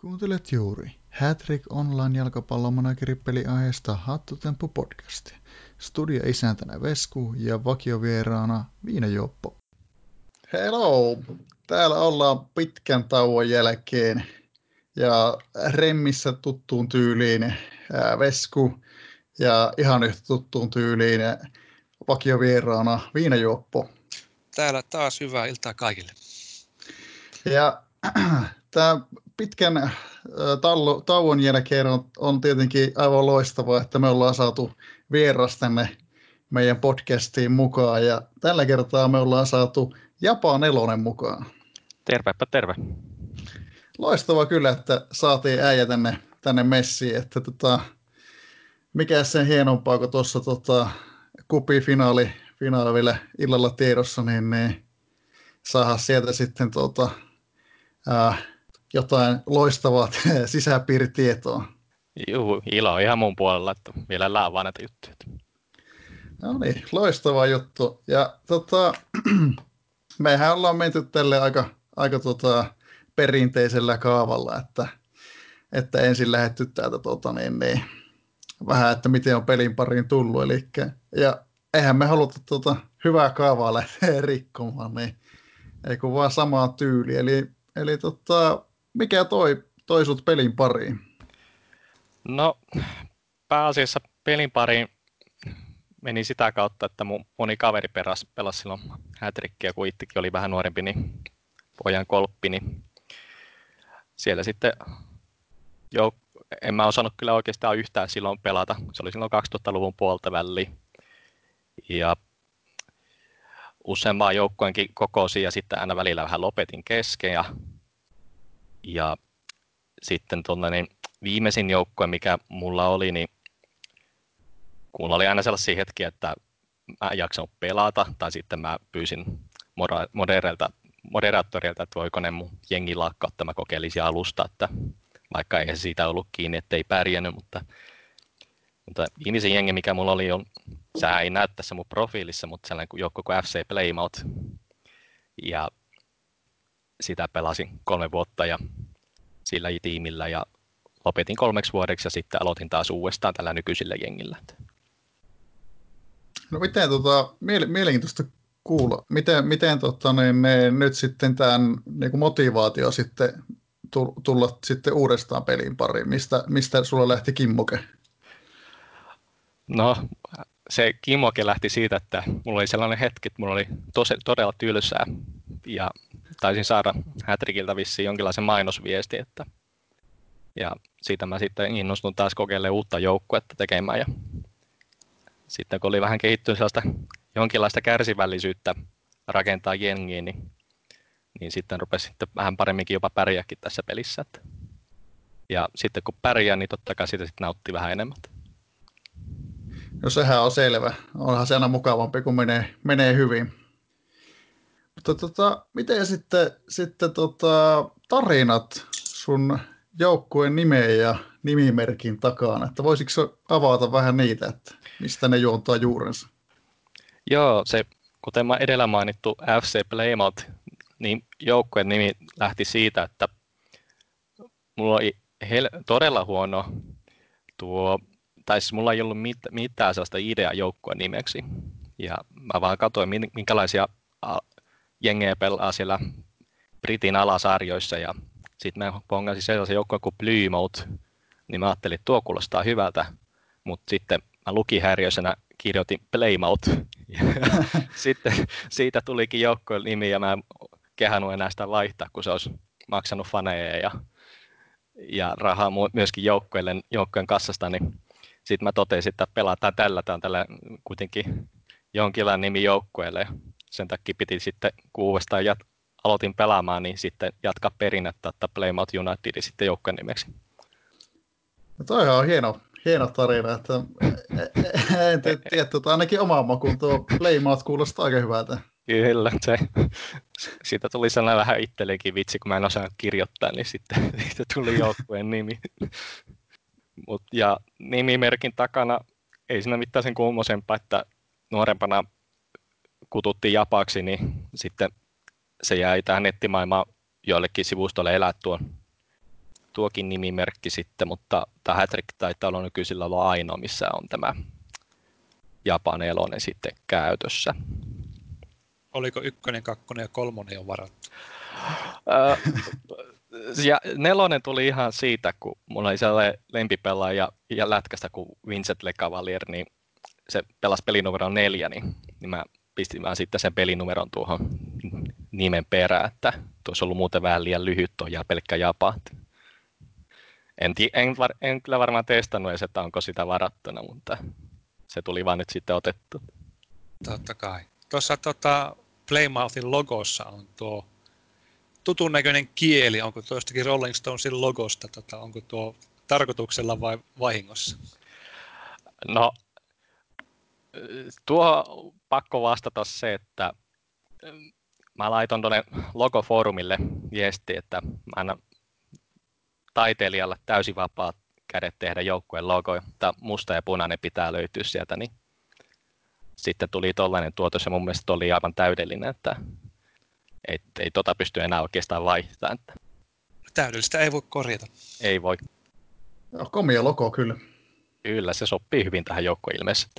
Kuuntelet juuri Hat-Trick Online-jalkapallomanageri-peli aiheesta Hattutemppu podcastia. Studio-isäntänä Vesku ja vakiovieraana Viinajuoppo. Hello! Täällä ollaan pitkän tauon jälkeen ja remmissä tuttuun tyyliin Vesku ja ihan yhtä tuttuun tyyliin vakiovieraana Viinajuoppo. Täällä taas hyvää iltaa kaikille. Ja tämä pitkän tauon jälkeen on tietenkin aivan loistavaa, että me ollaan saatu vieras tänne meidän podcastiin mukaan. Ja tällä kertaa me ollaan saatu Japa Nelonen mukaan. Tervepä terve. Loistavaa kyllä, että saatiin äijä tänne messiin. Että mikä sen hienompaa, kun tuossa kupifinaali vielä illalla tiedossa, niin saadaan sieltä sitten jotain loistavaa sisäpiiritietoa. Juu, ilo on ihan mun puolella, että mielellään vaan näitä juttuja. No niin, loistava juttu. Ja mehän ollaan menty tälle aika perinteisellä kaavalla, että ensin lähdetty täältä vähän, että miten on pelin pariin tullut. Ja eihän me haluta hyvää kaavaa lähteä rikkomaan, niin ei kun vaan samaa tyyliä. Eli mikä toi sut pelin pariin? No, pääasiassa pelin pariin meni sitä kautta, että mun moni kaveri pelasi silloin Hat-Trickia, kun itsekin oli vähän nuorempi, niin pojan kolppi, niin siellä sitten en mä osannut kyllä oikeastaan yhtään silloin pelata. Se oli silloin 2000-luvun puolta väliin. Ja useamman joukkueenkin kokosin ja sitten aina välillä vähän lopetin kesken. Ja sitten viimeisin joukkue, mikä mulla oli, niin kun mulla oli aina sellaisia hetkiä, että mä en jaksanut pelata, tai sitten mä pyysin moderaattorilta, että voiko ne mun jengi lakkauttaa, mä kokeilisin alusta, että vaikka ei se siitä ollut kiinni, ettei pärjännyt, mutta viimeisin jengi, mikä mulla oli, sehän ei näy tässä mun profiilissa, mutta sellainen joukko kuin FC Plymouth, ja sitä pelasin 3 vuotta ja sillä tiimillä, ja lopetin 3 vuodeksi, ja sitten aloitin taas uudestaan tällä nykyisellä jengillä. No miten mielenkiintoista kuulla. Miten nyt sitten tämän niin motivaatio sitten tulla sitten uudestaan pelin pariin? Mistä sulla lähti kimmoke? No, se kimmoke lähti siitä, että mulla oli sellainen hetki, että mulla oli todella tylsää ja taisin saada Hat-Trickiltä vissiin jonkinlaisen mainosviesti, ja siitä mä sitten innostun taas kokeilemaan uutta joukkuetta tekemään, ja sitten kun oli vähän kehittynyt sellaista jonkinlaista kärsivällisyyttä rakentaa jengiä, niin sitten rupesi sitten vähän paremminkin jopa pärjääkin tässä pelissä. Ja sitten kun pärjää, niin totta kai sitä sitten nauttii vähän enemmän. No sehän on selvä. Onhan se aina mukavampi, kun menee hyvin. Mutta miten sitten tarinat sun joukkueen nimeen ja nimimerkin takana? Että voisitko avata vähän niitä, että mistä ne juontaa juurensa? Joo, se kuten mä edellä mainittu FC Plymouth, niin joukkueen nimi lähti siitä, että mulla oli todella huono siis mulla ei ollut mitään sellaista ideaa joukkueen nimeksi. Ja mä vaan katsoin, minkälaisia jengejä pelaa siellä Britin alasarjoissa, ja sitten mä pongasin sellaisen joukkueen kuin Plymouth, niin mä ajattelin, että tuo kuulostaa hyvältä, mutta sitten mä lukihäiriöisenä kirjoitin Plymouth, ja sitten siitä tulikin joukkueen nimi, ja mä en kehannut enää sitä vaihtaa, kun se olisi maksanut faneja ja rahaa myöskin joukkueen kassasta, niin sitten mä totesin, että pelataan tällä, tämä on tällä kuitenkin jonkinlainen nimi joukkueelle, ja sen takia piti sitten, kun uudestaan aloitin pelaamaan, niin sitten jatkaa perinnettä, että Plymouth United sitten joukkueen nimeksi. No toihan on hieno tarina, että en tiedä, ainakin omaan makuun tuo Plymouth kuulostaa aika hyvältä. Kyllä, siitä tuli sellainen vähän itselleenkin vitsi, kun mä en osannut kirjoittaa, niin sitten siitä tuli joukkueen nimi. Ja nimimerkin takana ei siinä mitään sen kummosempaa, että nuorempana kututtiin Japaksi, niin sitten se jäi tähän nettimaailmaan joillekin sivustolle elää tuokin nimimerkki sitten, mutta tämä Hattrick taitaa olla nykyisillä olla ainoa, missä on tämä Japan 4 sitten käytössä. Oliko 1, 2 ja 3 jo varattu? Ja 4 tuli ihan siitä, kun mulla oli sellainen lempipelaaja ja lätkästä kuin Vincent LeCavalier, niin se pelasi pelinumeron 4, niin mä pistin vaan sitten sen pelinumeron tuohon nimen perään, että tuossa ollut muuten vähän liian lyhyt tuo ja pelkkä Japa. En kyllä varmaan testannut edes, että onko sitä varattuna, mutta se tuli vaan nyt sitten otettu. Totta kai. Tuossa Playmouthin logossa on tuo tutun näköinen kieli. Onko tuo jostakin Rolling Stonesin logosta? Onko tuo tarkoituksella vai vahingossa? No, tuo pakko vastata se, että mä laitoin tuonne logofoorumille viesti, että mä annan taiteilijalle täysin vapaat kädet tehdä joukkueen logoja, mutta musta ja punainen pitää löytyä sieltä, niin sitten tuli tollainen tuotos ja mun mielestä oli aivan täydellinen, että ei pysty enää oikeastaan vaihtamaan. Täydellistä ei voi korjata. Ei voi. No, komia logo kyllä. Kyllä, se sopii hyvin tähän joukkoon ilmeisesti.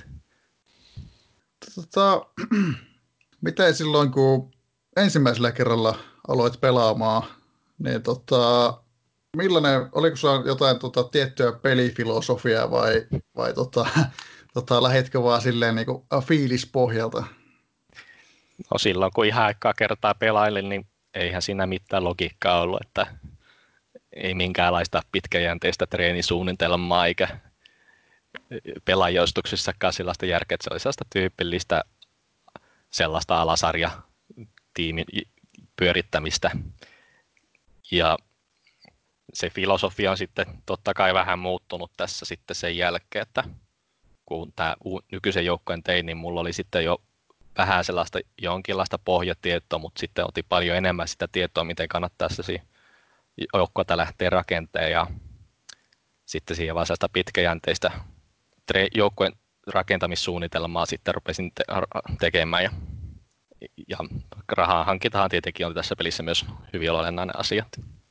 Miten silloin, kun ensimmäisellä kerralla aloit pelaamaan, niin oliko sulla jotain tiettyä pelifilosofiaa vai lähditkö vaan silleen niin kuin fiilispohjalta? No silloin, kun ihan aikaa kertaa pelailin, niin eihän siinä mitään logiikkaa ollut, että ei minkäänlaista pitkäjänteistä treenisuunnitelmaa eikä pelaajoistuksissakaan sellaista järkeä, että se oli sellaista tyypillistä sellaista alasarjatiimin pyörittämistä. Ja se filosofia on sitten totta kai vähän muuttunut tässä sitten sen jälkeen, että kun tämä nykyisen joukkojen tein, niin mulla oli sitten jo vähän sellaista jonkinlaista pohjatietoa, mutta sitten otin paljon enemmän sitä tietoa, miten kannattaa joukkoita lähteä rakentamaan ja sitten siihen vaan sellaista pitkäjänteistä joukkojen rakentamissuunnitelmaa sitten rupesin tekemään ja rahaa hankintahan tietenkin on tässä pelissä myös hyvin olennainen asia.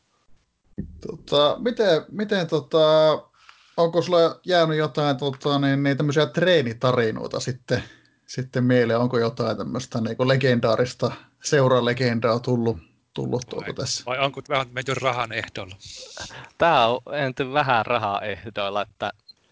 Miten onko sulla jäänyt jotain niin tämmöisiä treenitarinoita sitten mieleen? Onko jotain tämmöistä niin legendaarista seuralegendaa tullut tässä? Vai onko vähän menty rahan ehdolla? Tämä on vähän rahaa ehdoilla, että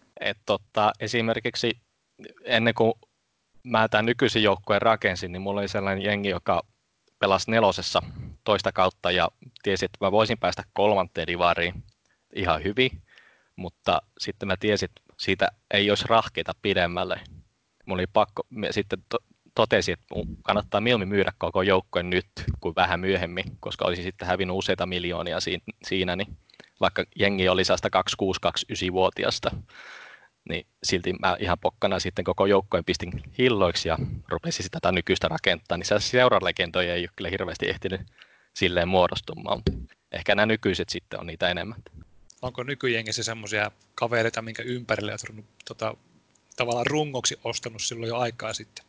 esimerkiksi ennen kuin mä tämän nykyisen joukkueen rakensin, niin mulla oli sellainen jengi, joka pelasi 4 toista kautta ja tiesi, että mä voisin päästä 3. divariin ihan hyvin, mutta sitten mä tiesin, että siitä ei olisi rahkeita pidemmälle. Mulla oli pakko, sitten totesin, että mun kannattaa mieluummin myydä koko joukkueen nyt kuin vähän myöhemmin, koska olisin sitten hävinnyt useita miljoonia siinä, niin vaikka jengi oli 26-29-vuotiaasta, niin silti mä ihan pokkana sitten koko joukkojen pistin hilloiksi ja rupesin tätä nykyistä rakentaa, niin seuralegendoja ei ole kyllä hirveästi ehtinyt silleen muodostumaan. Ehkä nämä nykyiset sitten on niitä enemmän. Onko nykyjengissä semmoisia kavereita, minkä ympärille olet tavallaan rungoksi ostanut silloin jo aikaa sitten?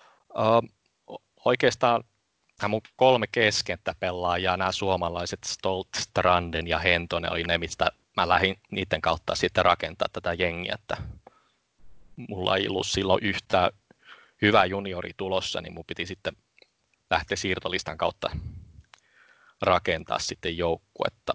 Oikeastaan nämä mun 3 keskenttä pelaajaa, nämä suomalaiset Stolt, Stranden ja Hentonen oli ne, mistä mä lähdin niiden kautta sitten rakentaa tätä jengiä, että mulla ei ollut silloin yhtään hyvä juniori tulossa, niin mun piti sitten lähteä siirtolistan kautta rakentaa sitten joukkuetta.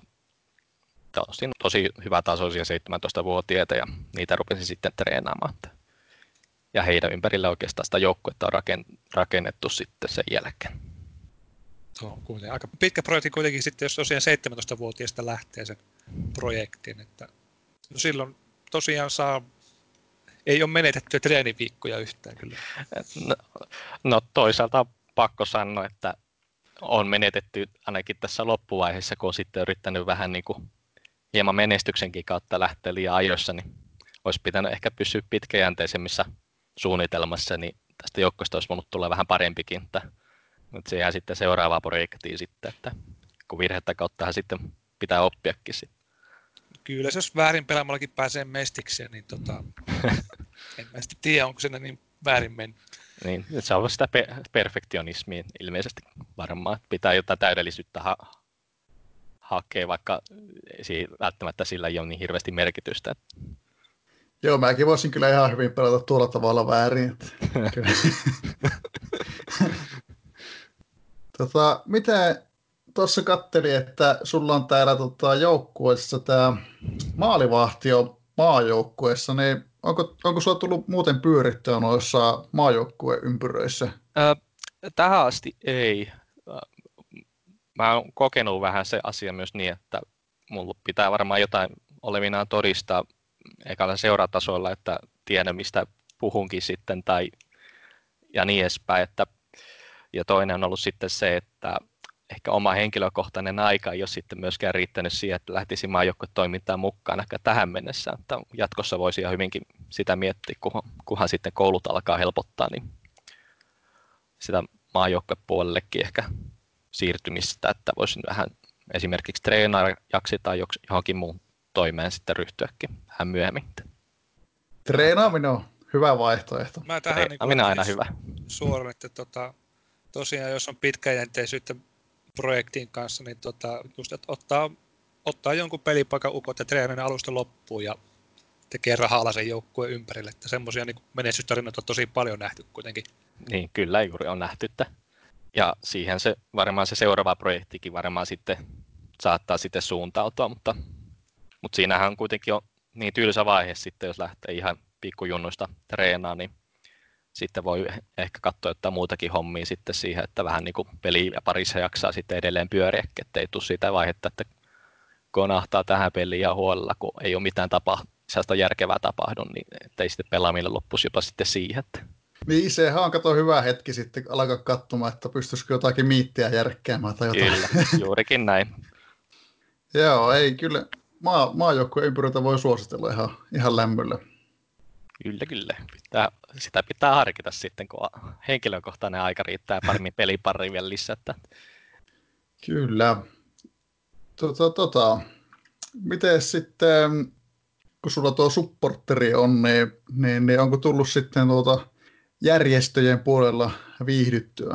Tosi hyvä tasoisia 17-vuotiaita ja niitä rupesin sitten treenaamaan. Ja heidän ympärillä oikeastaan sitä joukkuetta on rakennettu sitten sen jälkeen. Tuo on kuitenkin aika pitkä projekti kuitenkin sitten, jos tosiaan 17-vuotiaasta lähtee sen projektin. Että no silloin tosiaan ei ole menetettyä treeniviikkoja yhtään kyllä. No toisaalta pakko sanoa, että on menetetty ainakin tässä loppuvaiheessa, kun on sitten yrittänyt vähän niin kuin hieman menestyksenkin kautta lähteä liian ajoissa, niin olisi pitänyt ehkä pysyä pitkäjänteisemmissä suunnitelmassa, niin tästä joukkoista olisi voinut tulla vähän parempikin, mutta se jää sitten seuraavaan projektiin sitten, että kun virhettä kauttahan sitten pitää oppiakin sitten. Kyllä, jos väärin pelaamallakin pääsee mestikseen, niin en mä sitten tiedä, onko se niin väärin mennyt. Niin, se on sitä perfektionismia ilmeisesti varmaan, että pitää jotain täydellisyyttä hakea, vaikka välttämättä sillä ei ole niin hirveästi merkitystä. Joo, mäkin voisin kyllä ihan hyvin pelata tuolla tavalla väärin. Miten tuossa katselin, että sulla on täällä joukkueessa tämä maalivahti on maajoukkueessa, niin onko sulla tullut muuten pyörittyä noissa maajoukkueympyröissä? Tähän asti ei. Mä oon kokenut vähän se asia myös niin, että mulla pitää varmaan jotain olevinaan todistaa ekalla seuratasolla, että tiedän mistä puhunkin sitten ja niin edespäin. Ja toinen on ollut sitten se, että ehkä oma henkilökohtainen aika ei ole sitten myöskään riittänyt siihen, että lähtisin maajoukkuetoimintaan mukaan ehkä tähän mennessä. Että jatkossa voisi ihan hyvinkin sitä miettiä, kunhan sitten koulut alkaa helpottaa, niin sitä maajoukkuepuolellekin ehkä siirtymistä, että voisin vähän esimerkiksi treenaajaksi tai johonkin muun toimeen sitten ryhtyäkin vähän myöhemmin. Treenaaminen on hyvä vaihtoehto. Mä tähän Treenaaminen on aina hyvä. Suoraan, että tosiaan jos on pitkäjänteisyyttä projektin kanssa, niin just, että ottaa jonkun pelipaikan ukot ja treenaa alusta loppuun ja tekee rahalla sen joukkueen ympärille. Että semmoisia niin menestystarinoita on tosi paljon nähty kuitenkin. Niin, kyllä juuri on nähty. Ja siihen varmaan se seuraava projektikin varmaan sitten saattaa sitten suuntautua, mutta siinähän kuitenkin on niin tylsä vaihe sitten, jos lähtee ihan pikkujunnuista treenaamaan, niin sitten voi ehkä katsoa jotain muutakin hommia sitten siihen, että vähän niin kuin peliä parissa jaksaa sitten edelleen pyöriä, ettei tule sitä vaihetta, että konahtaa tähän peliin ja huolella, kun ei ole mitään sellaista järkevää tapahdu, niin ettei sitten pelaaminen loppuisi jopa sitten siihen. Niin, sehän on kato hyvä hetki sitten alkaa katsomaan, että pystyisikö jotakin miittiä järkkäämään tai jotain. Kyllä, juurikin näin. Joo, ei kyllä maajoukkueen ympyröitä voi suositella ihan lämmöllä. Kyllä. Sitä pitää harkita sitten, kun henkilökohtainen aika riittää paremmin pelipariin vielä lisätä. Kyllä. Miten sitten, kun sulla tuo supporteri on, niin onko tullut sitten järjestöjen puolella viihdyttyä?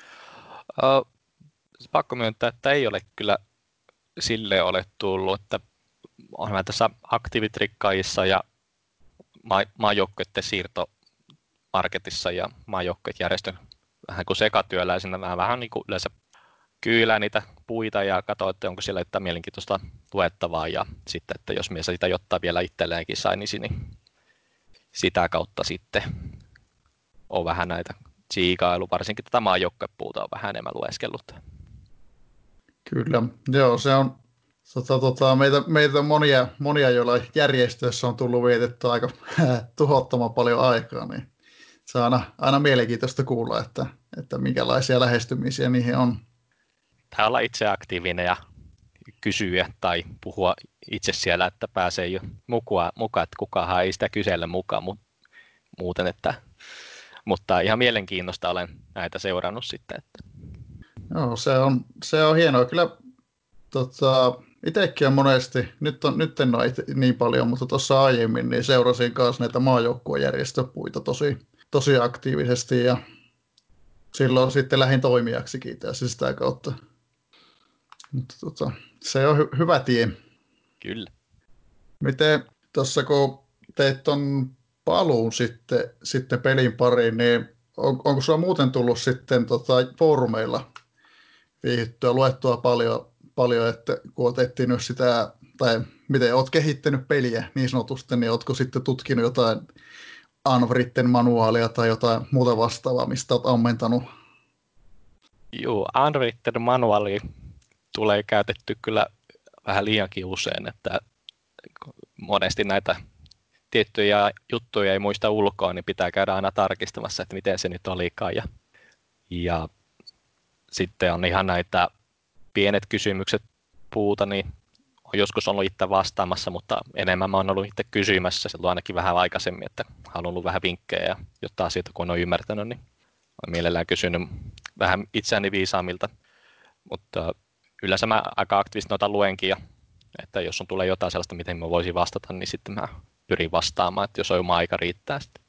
Pakko myöntää, että ei ole kyllä sille ole tullut, että olen tässä aktiivitrikkaajissa ja maajoukkueiden siirtomarketissa ja maajoukkueet järjestön vähän kuin sekatyöläisenä. Mä vähän niin kuin yleensä kyylään niitä puita ja katsoin, että onko siellä jotain mielenkiintoista luettavaa ja sitten, että jos mies sitä jotain vielä itselleenkin sainisi, niin sitä kautta sitten on vähän näitä tsiikailu, varsinkin tätä maajoukkuepuuta on vähän enemmän lueskellut. Kyllä, joo, se on meitä on monia, joilla järjestöissä on tullut vietetty aika tuhottoman paljon aikaa, niin se on aina mielenkiintoista kuulla, että minkälaisia lähestymisiä niihin on. Tai olla itse aktiivinen ja kysyä tai puhua itse siellä, että pääsee jo mukaan, että kukaan ei sitä kysellä mukaan muuten, mutta ihan mielenkiinnosta olen näitä seurannut sitten. Joo, se on hienoa. Kyllä itsekin on monesti, nyt en ole niin paljon, mutta tuossa aiemmin niin seurasin kanssa näitä maajoukkuejärjestöpuita tosi aktiivisesti ja silloin sitten lähdin toimijaksikin tässä sitä kautta. Mutta se on hyvä tie. Kyllä. Miten tuossa kun teit ton paluun sitten pelin pariin, niin onko sulla muuten tullut sitten foorumeilla viihdyttyä, luettua paljon, että kun olet etsinyt sitä, tai miten olet kehittänyt peliä niin sanotusti, niin oletko sitten tutkinut jotain Unwritten manuaalia tai jotain muuta vastaavaa, mistä olet ammentanut? Joo, Unwritten manuaali tulee käytetty kyllä vähän liiankin usein, että monesti näitä tiettyjä juttuja ei muista ulkoa, niin pitää käydä aina tarkistamassa, että miten se nyt olikaan. Ja sitten on ihan näitä pienet kysymykset puuta, niin on joskus ollut itse vastaamassa, mutta enemmän mä oon ollut itse kysymässä, silloin ainakin vähän aikaisemmin, että halunnut vähän vinkkejä ja jotta asioita kun on ymmärtänyt, niin olen mielellään kysynyt vähän itseäni viisaamilta, mutta yleensä mä aika aktiivisesti noita luenkin, että jos on tulee jotain sellaista, miten mä voisin vastata, niin sitten mä pyrin vastaamaan, että jos on oma aika riittää sitten.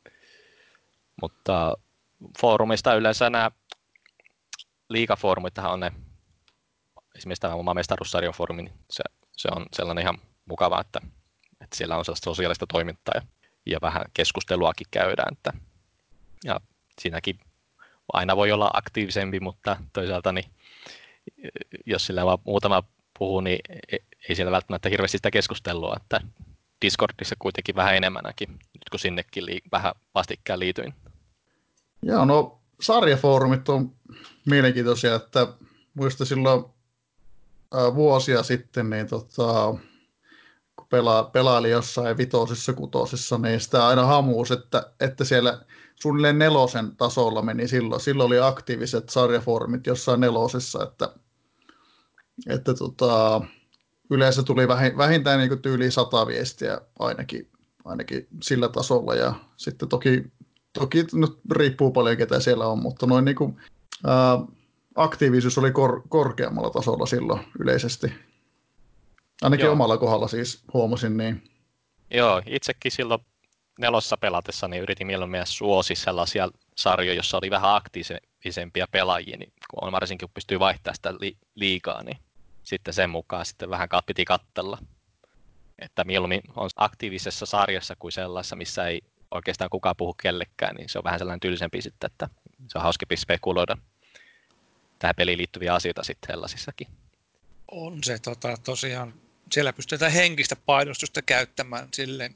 Mutta foorumista yleensä nämä liigafoorumitahan on ne esimerkiksi tämä oma mestaruussarjan foorumi, niin se on sellainen ihan mukava, että siellä on sellaista sosiaalista toimintaa ja vähän keskusteluakin käydään. Ja siinäkin aina voi olla aktiivisempi, mutta toisaalta niin, jos sillä vaan muutama puhuu, niin ei siellä välttämättä hirveästi sitä keskustelua, että Discordissa kuitenkin vähän enemmänkin, nyt kun sinnekin vähän vastikään liityin. Joo, no sarjafoorumit on mielenkiintoisia, että muistan silloin vuosia sitten, niin kun pelaili jossain vitosissa, kutosissa, niin sitä aina hamuus, että siellä suunnilleen 4 tasolla meni silloin. Silloin oli aktiiviset sarjafoorumit jossain 4, että yleensä tuli vähintään niin kuin tyyliin 100 viestiä ainakin sillä tasolla. Ja sitten toki nyt riippuu paljon, ketä siellä on, mutta noin niin kuin, aktiivisuus oli korkeammalla tasolla silloin yleisesti. Ainakin Joo. omalla kohdalla siis huomasin niin. Joo, itsekin silloin 4 pelatessa niin yritin mieluummin suosia sellaisia sarjoja, joissa oli vähän aktiivisempia pelaajia, niin kun varsinkin kun pystyy vaihtamaan sitä liigaa, niin sitten sen mukaan sitten vähän piti katsella. Että mieluummin on aktiivisessa sarjassa kuin sellaisessa, missä ei oikeastaan kukaan puhu kellekään, niin se on vähän sellainen tylsempi sitten, että se on hauskempi spekuloida tähän peliin liittyviä asioita sitten sellaisissakin. On se tosiaan, siellä pystytään henkistä painostusta käyttämään silleen,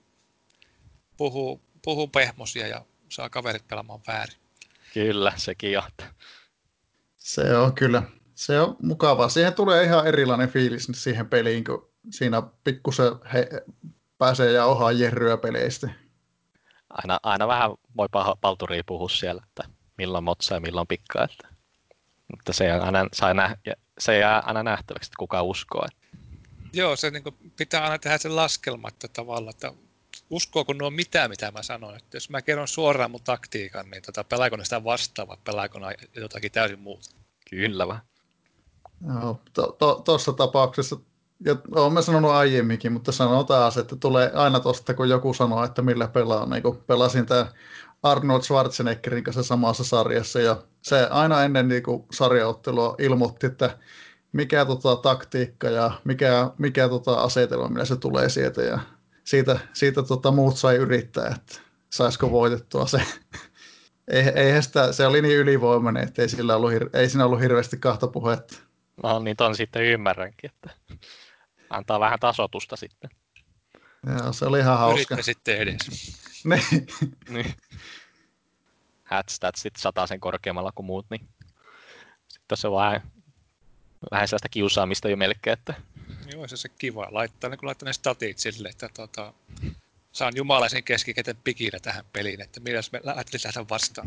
puhuu pehmosia ja saa kaverit pelaamaan väärin. Kyllä, sekin on. Se on kyllä, se on mukavaa. Siihen tulee ihan erilainen fiilis siihen peliin, kun siinä pikkusen pääsee ja ohaa jerryä peleistä. Aina vähän voi palturia puhua siellä, että milloin motsaa ja milloin pikkaa. Mutta se jää aina nähtäväksi, että kuka uskoo. Joo, se niin kuin, pitää aina tehdä sen laskelma, että tavallaan, että uskooko nuo mitä mä sanon. Että jos mä kerron suoraan mun taktiikan, niin pelaako ne sitä vastaan vai pelaako ne jotakin täysin muuta? Kyllä vaan. Joo, tuossa tapauksessa, ja olen mä sanonut aiemminkin, mutta sanon taas, että tulee aina tuosta, kun joku sanoo, että millä pelaa. Niin kun pelasin tämä Arnold Schwarzeneggerin kanssa samassa sarjassa, ja se aina ennen niin kuin sarjaottelua ilmoitti, että mikä taktiikka ja mikä asetelma, millä se tulee sieltä, ja siitä muut sai yrittää, että saisiko voitettua se. Eihän sitä, se oli niin ylivoimainen, että ei siinä ollut hirveästi kahta puhetta. No niin, ton sitten ymmärränkin, että antaa vähän tasotusta sitten. Joo, se oli ihan hauska. Yritte sitten edes. Niin. Hätstät sitten 100 korkeammalla kuin muut, niin sitten se on vähän sellaista kiusaamista jo melkein, että Joo, se kiva. Laittaa ne statit silleen, että saan jumalaisen keskikäten pikinä tähän peliin, että milläs me lähdetään vastaan.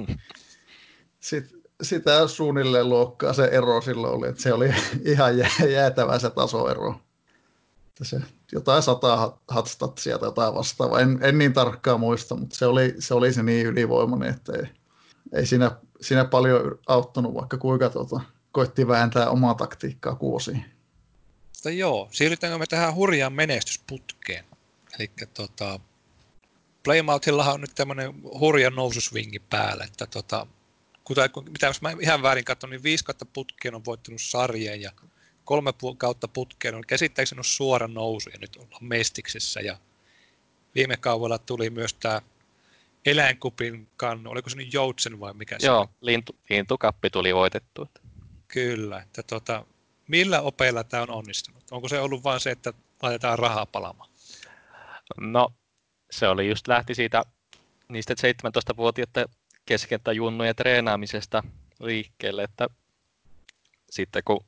Sitä suunnilleen luokkaa se ero silloin oli, että se oli ihan jäätävä se tasoero. Että se jotain 100 hatstatsia tai jotain vastaavaa. En niin tarkkaan muista, mutta se oli se niin ylivoimainen, että ei siinä paljon auttanut, vaikka kuinka koitti vääntää omaa taktiikkaa kuosiin. Mutta joo, siirrytäänkö me tähän hurjaan menestysputkeen? Eli Playmoutillahan on nyt tämmöinen hurja noususvingi päällä, että mitä jos mä ihan väärin katson, niin 5 kautta putkeen on voittanut sarjeen ja 3 kautta putkeen on käsittääkseni on suora nousu ja nyt ollaan mestiksessä ja viime kaudella tuli myös tämä eläinkupin kannu, oliko se nyt Joutsen vai mikä se? Joo, lintukappi tuli voitettu. Kyllä, että millä opeilla tämä on onnistunut? Onko se ollut vain se, että laitetaan rahaa palamaan? No, se oli just lähti siitä niistä 17-vuotiaiden keskentäjunnujen treenaamisesta liikkeelle, että sitten kun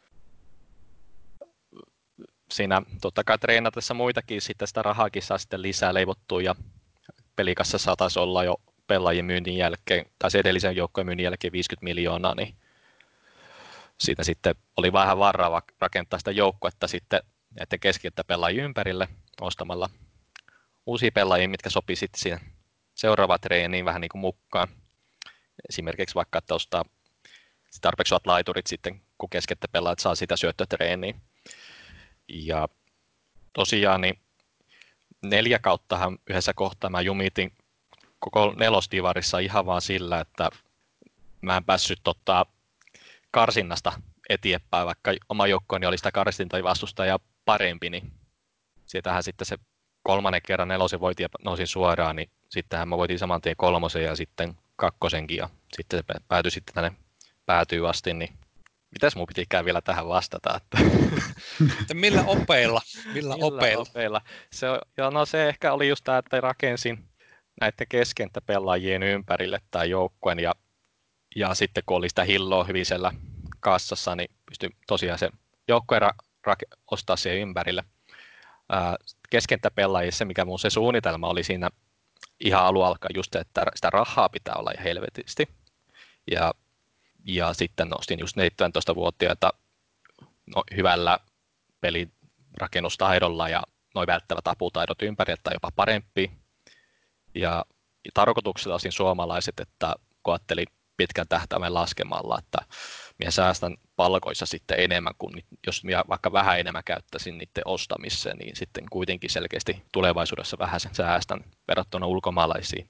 siinä totta kai treenatessa muitakin, sitten sitä rahaakin saa sitten lisää leivottua ja pelikassassa taisi olla jo pelaajien myynnin jälkeen, tai se edellisen joukkojen myynnin jälkeen 50 miljoonaa, niin siitä sitten oli vähän varaa rakentaa sitä joukkuetta sitten näiden keskikenttäpelaajien ympärille ostamalla uusia pelaajia, mitkä sopii sitten siihen seuraavaan treeniin vähän niin kuin mukaan. Esimerkiksi vaikka, että ostaa tarpeeksi laiturit sitten, kun keskenttäpelaajat saa sitä syöttötreeniä. Ja tosiaan niin 4 kauttahan yhdessä kohtaa mä jumitin koko nelosdivarissa ihan vaan sillä, että mä en päässyt karsinnasta eteenpäin, vaikka oma joukkoni oli sitä karstinta vastustajaa parempi, niin siitähän sitten se 3. kerran 4. voitin ja nousin suoraan, niin sittenhän mä voitin saman tien 3. ja sitten 2. ja sitten se päätyi sitten tänne päätyy asti, niin mitäs mun pitikään vielä tähän vastata? Että millä opeilla? Millä opeilla? Se ehkä oli just tämä, että rakensin näiden keskentäpelaajien ympärille tämän joukkueen ja sitten kun oli sitä hilloa hyvin siellä kassassa, niin pystyi tosiaan se joukkueen ostaa siihen ympärille. Keskentäpelaajissa, mikä mun se suunnitelma oli siinä ihan alun alkaen just, että sitä rahaa pitää olla helvetisti. Ja sitten nostin just 17-vuotiaita hyvällä pelirakennustaidolla ja noin välttävät aputaidot ympäri, että jopa parempi. Ja tarkoituksella osin suomalaiset, että kun ajattelin pitkän tähtäimen laskemalla, että minä säästän palkoissa sitten enemmän kuin jos minä vaikka vähän enemmän käyttäisin niiden ostamiseen, niin sitten kuitenkin selkeästi tulevaisuudessa vähän sen säästän verrattuna ulkomaalaisiin.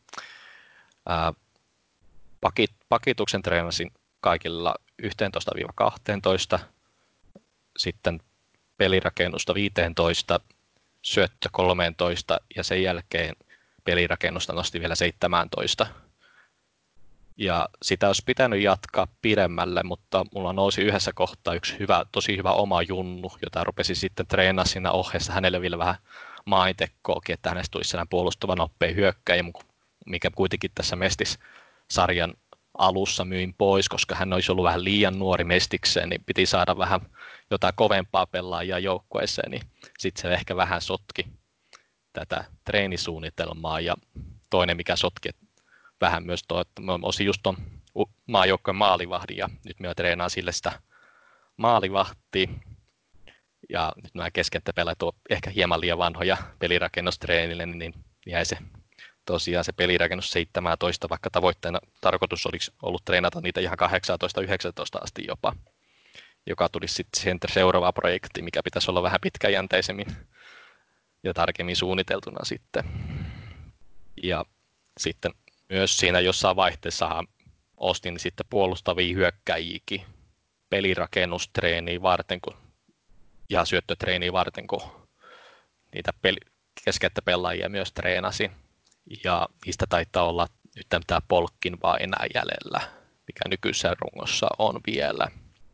Pakituksen treenasin kaikilla 11-12, sitten pelirakennusta 15, syöttö 13 ja sen jälkeen pelirakennusta nosti vielä 17. Ja sitä olisi pitänyt jatkaa pidemmälle, mutta mulla nousi yhdessä kohtaa yksi tosi hyvä oma junnu, jota rupesin sitten treenaamaan siinä ohjeessa hänelle vielä vähän maaintekkookin, että hänestä tulisi sellainen puolustava nopea hyökkäjä, mikä kuitenkin tässä Mestis-sarjan alussa myin pois, koska hän olisi ollut vähän liian nuori Mestikseen, niin piti saada vähän jotain kovempaa pelaajaa joukkueeseen, niin sitten se ehkä vähän sotki tätä treenisuunnitelmaa. Ja toinen, mikä sotki vähän myös tuo, että mä olisin just tuon maajoukkojen maalivahdin, ja nyt mä treenaan sille sitä maalivahtia. Ja nyt nämä keskenttäpelaajat on ehkä hieman liian vanhoja pelirakennustreenille, niin jäi se tosiaan se pelirakennus 17, vaikka tavoitteena tarkoitus olisi ollut treenata niitä ihan 18-19 asti jopa, joka tulisi sitten seuraava projekti, mikä pitäisi olla vähän pitkäjänteisemmin ja tarkemmin suunniteltuna sitten. Ja sitten myös siinä jossain vaihteessa ostin sitten puolustavia hyökkäjiäkin pelirakennustreeniä varten ja syöttötreeniä varten, kun niitä keskenttäpelaajia myös treenasin. Ja niistä taitaa olla nyt tämä Polkkin vaan enää jäljellä, mikä nykyisessä rungossa on vielä.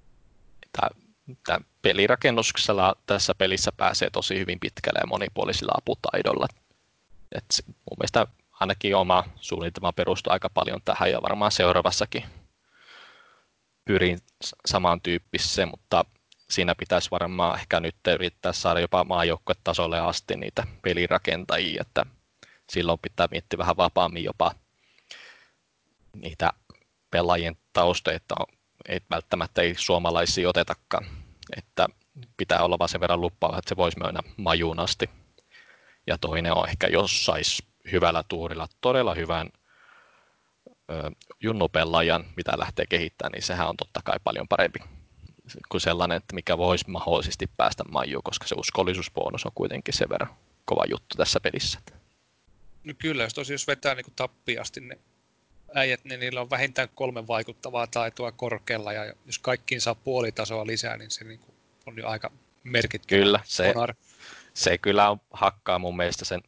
Tämä pelirakennuksella tässä pelissä pääsee tosi hyvin pitkälle ja monipuolisilla aputaidolla. Mun mielestä ainakin oma suunnitelma perustuu aika paljon tähän ja varmaan seuraavassakin pyrin samantyyppiseen, mutta siinä pitäisi varmaan ehkä nyt yrittää saada jopa maajoukkuetasolle asti niitä pelirakentajia, että silloin pitää miettiä vähän vapaammin jopa niitä pelaajien taustoja, että ei välttämättä suomalaisia otetakaan, että pitää olla vaan sen verran lupaava, että se voisi mennä majuun asti. Ja toinen on ehkä, jos saisi hyvällä tuurilla todella hyvän junnupelaajan, mitä lähtee kehittämään, niin sehän on totta kai paljon parempi kuin sellainen, että mikä voisi mahdollisesti päästä majuun, koska se uskollisuusbonus on kuitenkin sen verran kova juttu tässä pelissä. No kyllä, jos vetää niin tappiasti ne äijät, niin niillä on vähintään 3 vaikuttavaa taitoa korkealla, ja jos kaikkiin saa puolitasoa lisää, niin se niin on jo aika merkittävä. Kyllä, se kyllä hakkaa mun mielestä sen,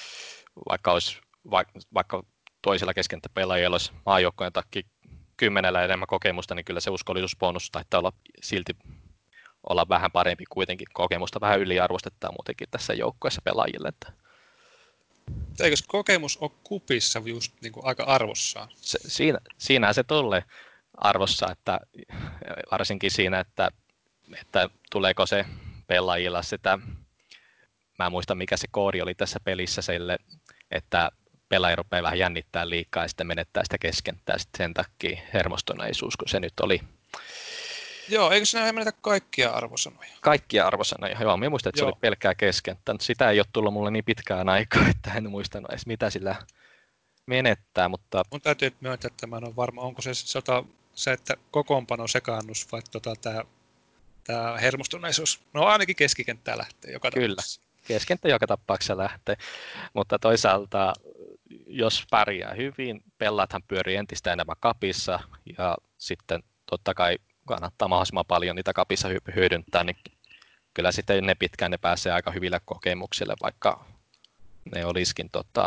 vaikka toisella keskentäpelaajilla olisi maajoukkojen takia 10 enemmän kokemusta, niin kyllä se uskollisuusbonus taitaa olla silti olla vähän parempi kuitenkin. Kokemusta vähän yliarvostetaan muutenkin tässä joukkueessa pelaajille. Että eikö kokemus ole kupissa just niin kuin aika arvossaan? Siinähän se tulee arvossa, että varsinkin siinä, että tuleeko se pelaajilla sitä, mä en muista mikä se koodi oli tässä pelissä sille, että pelaaja rupeaa vähän jännittää liikaa ja sitten menettää sitä keskenttää sitten sen takia hermostuneisuus, kun se nyt oli. Joo, eikö sinä menetä kaikkia arvosanoja? Kaikkia arvosanoja, joo. Minä muistan, että se oli pelkkää keskenttä. Sitä ei ole tullut mulle niin pitkään aikaa, että en muistanut edes mitä sillä menettää, mutta mun täytyy myöntää, että mä en ole varma, onko se että kokoonpano sekaannus vai tämä hermostuneisuus. No ainakin keskikenttää lähtee joka tapauksessa. Kyllä, keskenttä joka tapauksessa lähtee, mutta toisaalta jos pärjää hyvin, pelaathan pyörii entistä enemmän kapissa ja sitten totta kai kannattaa mahdollisimman paljon niitä kapissa hyödyntää, niin kyllä sitten ne pitkään ne pääsee aika hyville kokemuksille, vaikka ne olisikin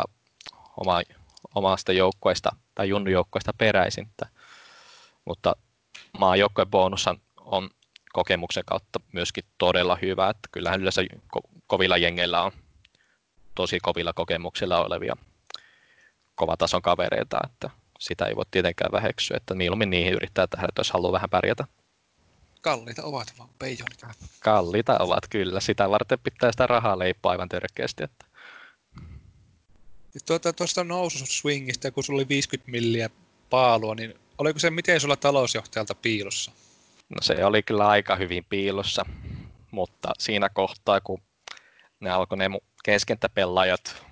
omasta joukkueesta tai junnujoukkueesta peräisin. Mutta maajoukkueen bonus on kokemuksen kautta myöskin todella hyvä, että kyllähän yleensä kovilla jengeillä on tosi kovilla kokemuksilla olevia kovatason kavereita, että sitä ei voi tietenkään väheksyä, että mieluummin niihin yrittää tehdä, jos haluaa vähän pärjätä. Kalliita ovat vaan peijonit. Kalliita ovat kyllä, sitä varten pitää sitä rahaa leipoa aivan törkeästi. Että. Tuosta noususwingistä, kun sulla oli 50 milliä paalua, niin oliko se miten sulla talousjohtajalta piilossa? No se oli kyllä aika hyvin piilossa, mutta siinä kohtaa, kun ne alkoi ne keskentäpelaajat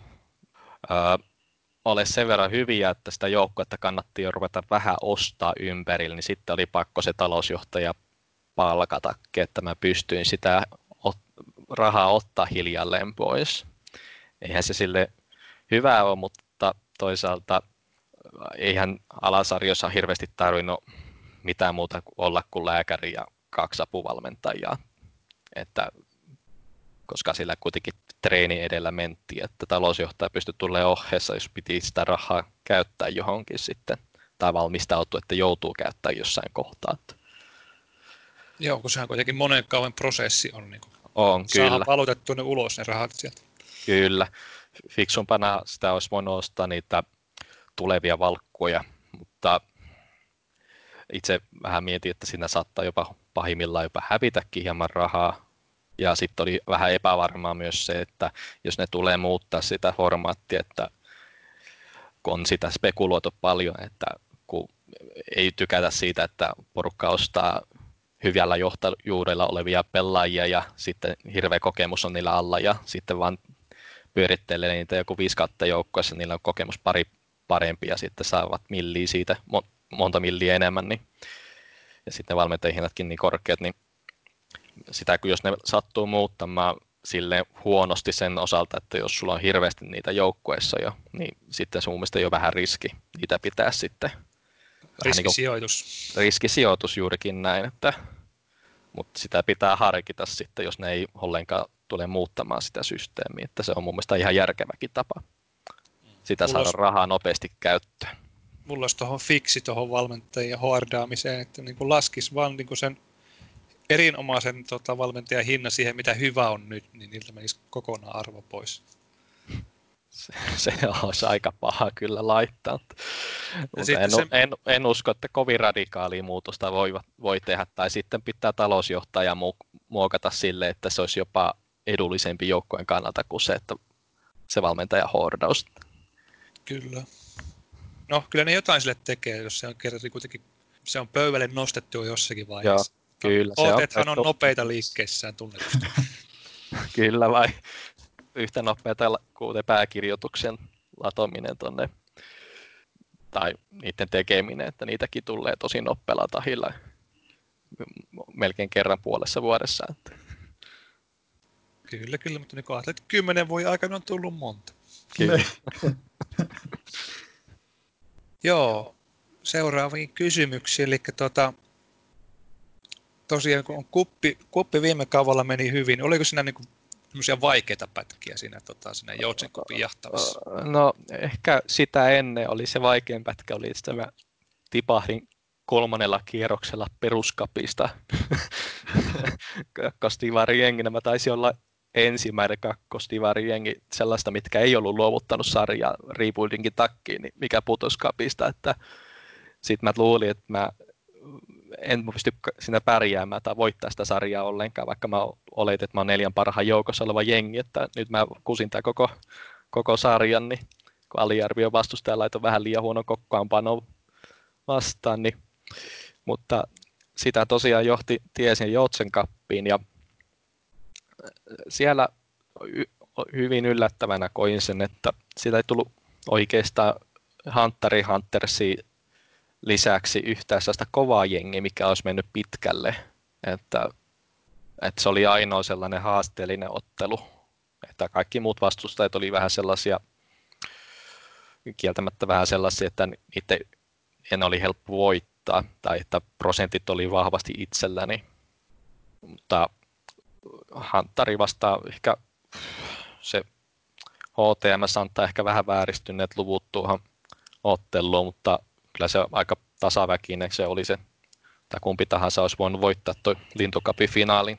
ole sen verran hyviä, että sitä joukkuetta kannatti jo ruveta vähän ostaa ympärillä, niin sitten oli pakko se talousjohtaja palkata, että mä pystyin sitä rahaa ottaa hiljalleen pois. Eihän se sille hyvää ole, mutta toisaalta eihän alasarjossa hirveästi tarvinnut mitään muuta olla kuin lääkäri ja 2 apuvalmentajaa, että koska sillä kuitenkin treeni edellä mentiin, että talousjohtaja pystyi tulemaan ohjeessa, jos piti sitä rahaa käyttää johonkin sitten, tai valmistautua, että joutuu käyttämään jossain kohtaa. Joo, kun sehän kuitenkin monen kauan prosessi on. Niin on, saadaan kyllä. valutettua ne ulos ne rahat sieltä. Kyllä. Fiksumpana sitä olisi voinut ostaa niitä tulevia valkkuja, mutta itse vähän mietin, että siinä saattaa jopa pahimmillaan jopa hävitäkin hieman rahaa. Ja sitten oli vähän epävarmaa myös se, että jos ne tulee muuttaa sitä formaattia, että kun on sitä spekuloitu paljon, että kun ei tykätä siitä, että porukka ostaa hyvällä johtajuudella olevia pelaajia ja sitten hirveä kokemus on niillä alla ja sitten vaan pyörittelee niitä joku 5 joukkoissa, niillä on kokemus parempi ja sitten saavat milliä siitä, monta milliä enemmän. Niin, ja sitten valmentajien hinnatkin niin korkeat, niin sitä, jos ne sattuu muuttamaan sille huonosti sen osalta, että jos sulla on hirveästi niitä joukkueissa jo, niin sitten sun mielestä jo vähän riski niitä pitää sitten. Riskisijoitus. Riskisijoitus juurikin näin, mutta sitä pitää harkita sitten, jos ne ei ollenkaan tule muuttamaan sitä systeemiä, että se on mun mielestä ihan järkeväkin tapa sitä saada rahaa nopeasti käyttöön. Mulla olisi tuohon fiksi tuohon valmentajien hoardaamiseen, että niin kuin laskisi vaan niin kuin sen erinomaisen valmentajan hinnan siihen, mitä hyvä on nyt, niin niiltä menisi kokonaan arvo pois. Se olisi aika paha kyllä laittaa. Mutta en usko, että kovin radikaalia muutosta voi tehdä. Tai sitten pitää talousjohtaja muokata sille, että se olisi jopa edullisempi joukkojen kannalta kuin se, että se valmentaja hoordaus. Kyllä. No, kyllä ne jotain sille tekee, jos se on kerran kuitenkin se on pöydälle nostettu jossakin vaiheessa. Joo, kyllä. OT:than on nopeita liikkeissään tunnetusti. Kyllä vai. Yhtä nopeata kuin pääkirjoituksen latominen tonne tai niiden tekeminen, että niitäkin tulee tosi nopealla tahilla melkein kerran puolessa vuodessa. Kyllä, mutta niin 10 vuoden aikana on tullut monta. Kyllä. Joo, seuraaviin kysymyksiin. Eli tosiaan kun kuppi viime kaudella meni hyvin, niin oliko siinä niinku semmoisia vaikeita pätkiä siinä Joutsenkupin jahtavassa? No ehkä sitä ennen oli se vaikein pätkä, oli että mä tipahdin 3. kierroksella peruskapista kakkostivarijenginä. Mä taisin olla ensimmäinen kakkostivarijengi sellaista, mitkä ei ollut luovuttanut sarjaa rebuildingin takkiin, niin mikä putosi kapista. Sitten mä luulin, että mä en pysty siinä pärjäämään tai voittaa sitä sarjaa ollenkaan, vaikka mä oletin, että mä oon 4 parhaan joukossa oleva jengi, että nyt mä kusin tää koko sarjan, niin kun aliarvioi vastustaja laitoi vähän liian huono kokoonpano vastaan, niin, mutta sitä tosiaan johti tiesin Joutsenkappiin ja siellä hyvin yllättävänä koin sen, että siitä ei tullut oikeastaan Huntersin lisäksi yhtään sellaista kovaa jengiä, mikä olisi mennyt pitkälle, että se oli ainoa sellainen haasteellinen ottelu, että kaikki muut vastustajat oli vähän sellaisia, kieltämättä vähän sellaisia, että niiden oli helppo voittaa. voittaa, tai että prosentit oli vahvasti itselläni. Mutta Hunteri vastaan ehkä se HTMS antaa ehkä vähän vääristyneet luvut tuohon otteluun, mutta kyllä se aika tasaväkinen se oli se, tai kumpi tahansa olisi voinut voittaa tuo Lintukapin finaalin.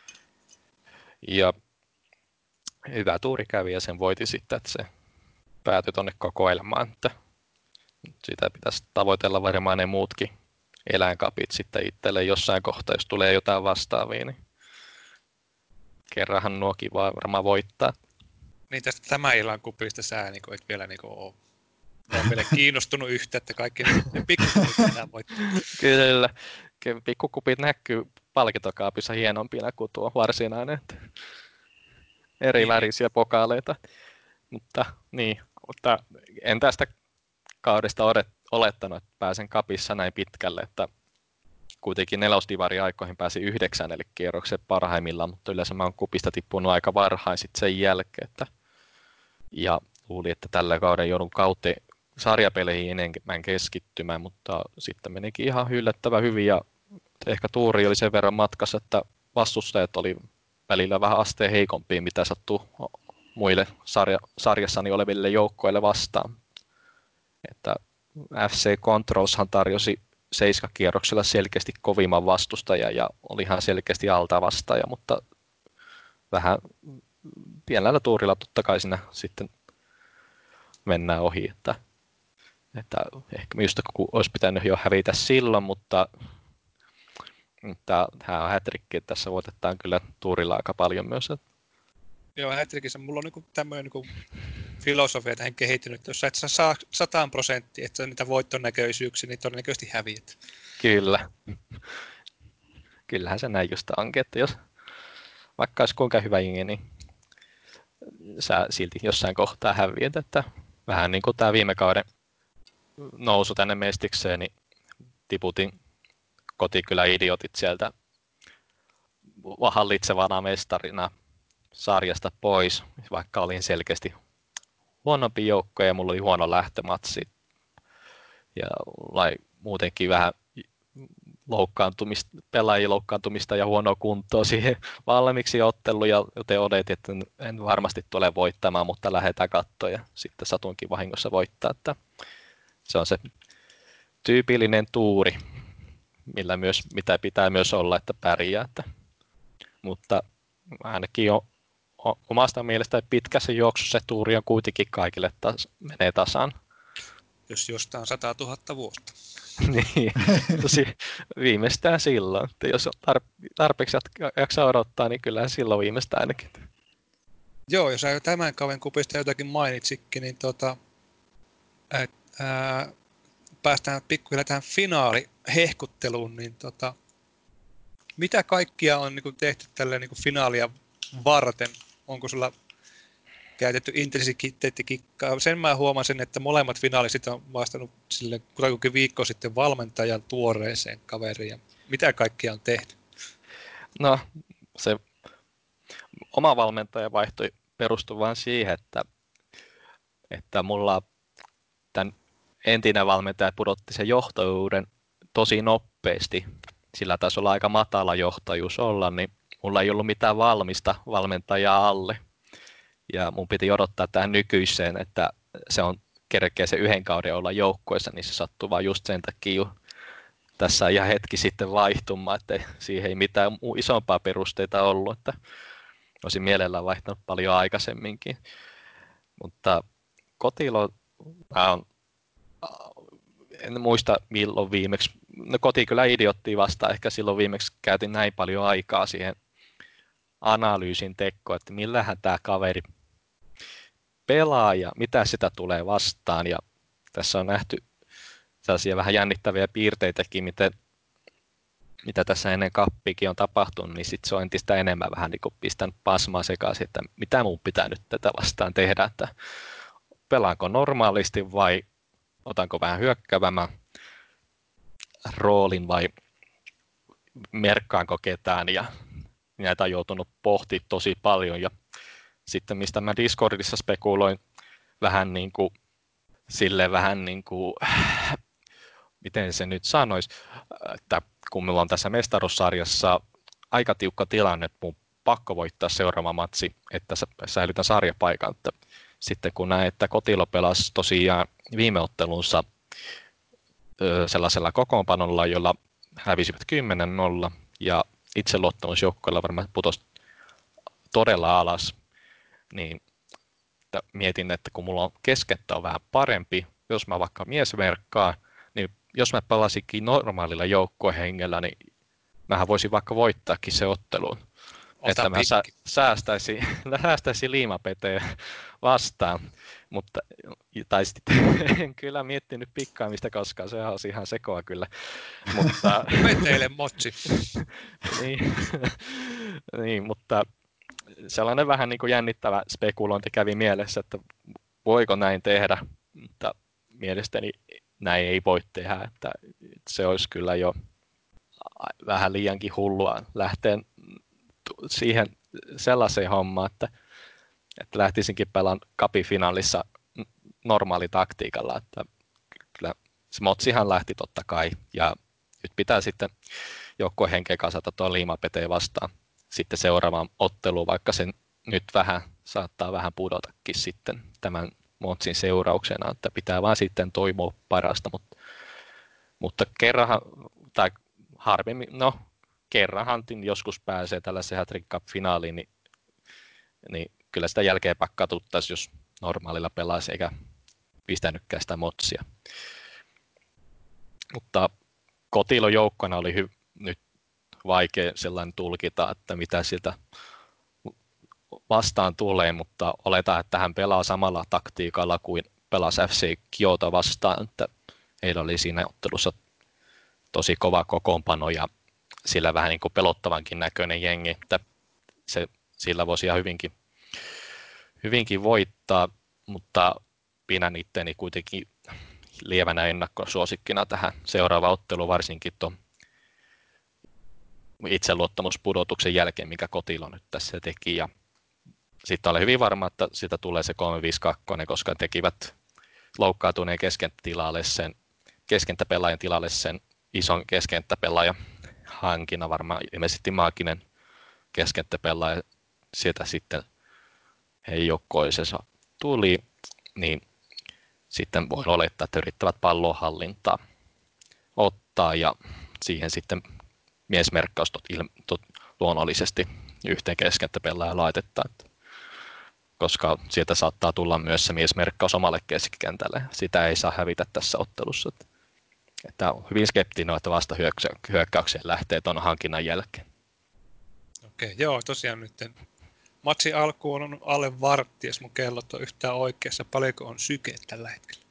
Ja hyvä tuuri kävi ja sen voiti sitten, että se päätyi tuonne kokoelmaan, että sitä pitäisi tavoitella varmaan ne muutkin eläinkapit sitten itselle jossain kohtaa, jos tulee jotain vastaavia, niin kerranhan nuokin vaan varmaan voittaa. Niin tästä tämän illan kupista sä niin et vielä niin ole vielä kiinnostunut yhtä, että kaikki ne pikkukupit pitää voittaa. Kyllä, pikkukupit näkyy palkintokaapissa hienompina kuin tuo varsinainen. Eri värisiä pokaaleita. Mutta en tästä kaudesta olettanut, että pääsen kapissa näin pitkälle, että kuitenkin nelosdivari-aikoihin pääsi 9 kierroksen parhaimmillaan, mutta yleensä mä oon kupista tippunut aika varhain sit sen jälkeen. Ja luulin, että tällä kauden joudun kauteen sarjapeleihin enemmän keskittymään, mutta sitten menikin ihan yllättävän hyvin ja ehkä tuuri oli sen verran matkassa, että vastustajat oli välillä vähän asteen heikompia, mitä sattuu muille sarjassani oleville joukkoille vastaan. Että FC Controlshan tarjosi 7-kierroksella selkeästi kovimman vastustajan ja oli ihan selkeästi alta vastaaja, mutta vähän pienellä tuurilla totta kai siinä sitten mennään ohi, että ehkä minusta olisi pitänyt jo hävitä silloin, mutta tämä on hätrikki, että tässä voitetaan kyllä tuurilla aika paljon myös. Joo, hätrikissä mulla on niinku tämmöinen niinku filosofia tähän kehittynyt, että jos sä et saa 100%, että niitä voittonäköisyyksiä, niin todennäköisesti häviät. Kyllä. Kyllähän se näin just onkin, että jos vaikka olisi kuinka hyvä jengi, niin sä silti jossain kohtaa häviät, että vähän niin kuin tämä viime kauden nousu tänne mestikseen, niin tiputin kotikylä idiotit sieltä hallitsevana mestarina sarjasta pois, vaikka olin selkeästi huonompi joukko ja mulla oli huono lähtömatsi ja muutenkin vähän pelaajien loukkaantumista ja huonoa kuntoa siihen valmiiksi ottelu, ja joten odotin, että en varmasti tule voittamaan, mutta lähdetään katsoa ja sitten satunkin vahingossa voittaa. Että se on se tyypillinen tuuri, mitä pitää myös olla, että pärjää. Mutta ainakin omasta mielestä pitkässä juoksussa se tuuri on kuitenkin kaikille menee tasan. Jos jostain 100 000 vuotta. Niin, viimeistään silloin. Että jos tarpeeksi jaksaa odottaa, niin kyllähän silloin viimeistään ainakin. Joo, jos sä tämän kauden kupista jotakin mainitsikin, niin päästään pikkuhiljaa tähän finaalihehkutteluun, niin mitä kaikkia on niin kuin tehty tälle niin kuin finaalia varten? Onko sulla käytetty intensiteettikikkaa? Sen mä huomasin, että molemmat finaaliset on vastannut sille kutakuinkin viikko sitten valmentajan tuoreeseen kaveriin. Mitä kaikkia on tehty? No, se oma valmentaja vaihtoi perustui vain siihen, että mulla tämän entinen valmentaja pudotti sen johtajuuden tosi nopeasti. Sillä taisi olla aika matala johtajuus olla, niin mulla ei ollut mitään valmista valmentajaa alle. Ja mun piti odottaa tähän nykyiseen, että se on kerkeä se 1 kauden olla joukkueessa, niin se sattuu vaan just sen takia tässä ihan hetki sitten vaihtumaan, että siihen ei mitään isompaa perusteita ollut, että olisin mielellään vaihtanut paljon aikaisemminkin. Mutta Kotilo, en muista milloin viimeksi, no koti kyllä idioottia vastaan, ehkä silloin viimeksi käytin näin paljon aikaa siihen analyysin tekoon, että millähän tämä kaveri pelaa ja mitä sitä tulee vastaan. Ja tässä on nähty sellaisia vähän jännittäviä piirteitäkin, mitä tässä ennen kappikin on tapahtunut, niin sitten se on entistä enemmän vähän niin kuin pistänyt pasmaa sekaisin, että mitä mun pitää nyt tätä vastaan tehdä, että pelaanko normaalisti vai otanko vähän hyökkäävämmän roolin vai merkkaanko ketään, ja näitä on joutunut pohtimaan tosi paljon. Ja sitten mistä mä Discordissa spekuloin vähän niin kuin miten se nyt sanoisi, että kun meillä on tässä mestaruussarjassa aika tiukka tilanne, että mun pakko voittaa seuraava matsi, että säilytän sarjapaikan. Että sitten kun näin, että Kotilo pelasi tosiaan viime ottelunsa sellaisella kokoonpanolla, jolla hävisivät 10-0 ja itseluottamusjoukkoilla varmaan putosi todella alas, niin mietin, että kun mulla on keskenttä on vähän parempi, jos mä vaikka miesverkkaan, niin jos mä pelasinkin normaalilla joukkuehengellä, niin mähän voisin vaikka voittaakin se otteluun. Että mä säästäisin liimapeteen vastaan, mutta tai sitten en kyllä miettinyt pikkaamista koskaan, se on ihan sekoa kyllä. Mutta Veteile motsi. niin, mutta sellainen vähän niin kuin jännittävä spekulointi kävi mielessä, että voiko näin tehdä, mutta mielestäni näin ei voi tehdä, että se olisi kyllä jo vähän liiankin hullua lähteä siihen sellaiseen hommaan, että lähtisinkin pelaamaan kapifinaalissa normaalitaktiikalla, että kyllä se motsihan lähti totta kai, ja nyt pitää sitten joukkuehenkeä kasata tuon liimapeteen vastaan sitten seuraavaan otteluun, vaikka se nyt saattaa vähän pudotakin sitten tämän motsin seurauksena, että pitää vaan sitten toivoa parasta, mutta kerranhan, tai harvemmin, kerranhan joskus pääsee tällaiseen Hat-Trick Cup-finaaliin, niin kyllä sitä jälkeenpäin katsottaisiin, jos normaalilla pelaisi eikä pistänytkään sitä motsia. Mutta Kotilon joukkona oli nyt vaikea sellainen tulkita, että mitä siltä vastaan tulee, mutta oletaan, että hän pelaa samalla taktiikalla kuin pelasi FC Kyoto vastaan, että heillä oli siinä ottelussa tosi kova kokoonpano ja sillä vähän niin kuin pelottavankin näköinen jengi, että sillä voisi ihan hyvinkin voittaa, mutta pidän itteni kuitenkin lievänä ennakkosuosikkina tähän seuraavaan otteluun, varsinkin tuon itseluottamuspudotuksen jälkeen, mikä Kotilo nyt tässä teki. Ja sitten olen hyvin varma, että siitä tulee se 3-5-2, koska tekivät loukkaantuneen keskenttäpelaajan tilalle sen ison keskenttäpelaajan hankinnan, varmaan ilmeisesti maaginen keskenttäpelaaja sieltä sitten heidän joukkoisensa tuli, niin sitten voi olettaa, että yrittävät pallon hallintaa ottaa ja siihen sitten miesmerkkaus luonnollisesti yhteen keskenttäpelaajan laitetaan, koska sieltä saattaa tulla myös se miesmerkkaus omalle keskikentälle. Sitä ei saa hävitä tässä ottelussa. Että on hyvin skeptinen, että vasta hyökkäykseen lähtee tuon hankinnan jälkeen. Okei, joo, tosiaan nyt matsin alkuun on alle vartti, jos mun kellot on yhtään oikeassa. Paljonko on syke tällä hetkellä?